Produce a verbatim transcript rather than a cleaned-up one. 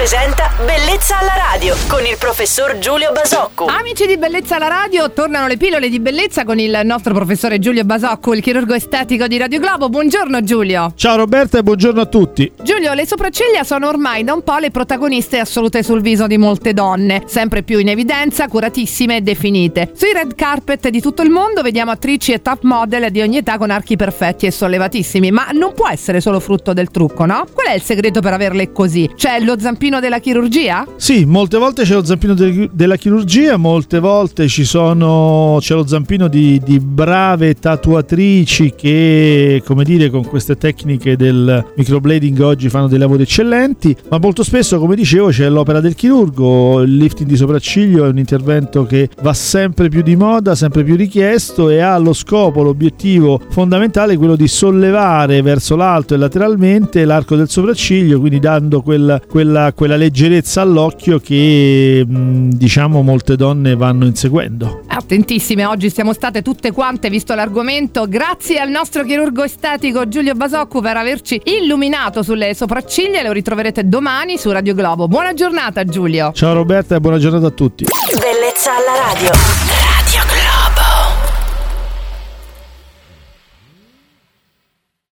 presenta Bellezza alla radio con il professor Giulio Basocco. Amici di Bellezza alla radio, tornano le pillole di bellezza con il nostro professore Giulio Basocco, il chirurgo estetico di Radio Globo. Buongiorno Giulio. Ciao Roberta e buongiorno a tutti. Giulio, le sopracciglia sono ormai da un po' le protagoniste assolute sul viso di molte donne, sempre più in evidenza, curatissime e definite. Sui red carpet di tutto il mondo vediamo attrici e top model di ogni età con archi perfetti e sollevatissimi, ma non può essere solo frutto del trucco, no? Qual è il segreto per averle così? C'è lo zampino della chirurgia? Sì, molte volte c'è lo zampino de- della chirurgia, molte volte ci sono c'è lo zampino di, di brave tatuatrici che, come dire, con queste tecniche del microblading oggi fanno dei lavori eccellenti, ma molto spesso, come dicevo, c'è l'opera del chirurgo. Il lifting di sopracciglio è un intervento che va sempre più di moda, sempre più richiesto e ha lo scopo, l'obiettivo fondamentale quello di sollevare verso l'alto e lateralmente l'arco del sopracciglio, quindi dando quella, quella, quella leggerezza all'occhio che mh, diciamo molte donne vanno inseguendo. Attentissime, oggi siamo state tutte quante, visto l'argomento. Grazie al nostro chirurgo estetico Giulio Basocco per averci illuminato sulle sopracciglia. Lo ritroverete domani su Radio Globo. Buona giornata Giulio. Ciao Roberta e buona giornata a tutti. Bellezza alla radio.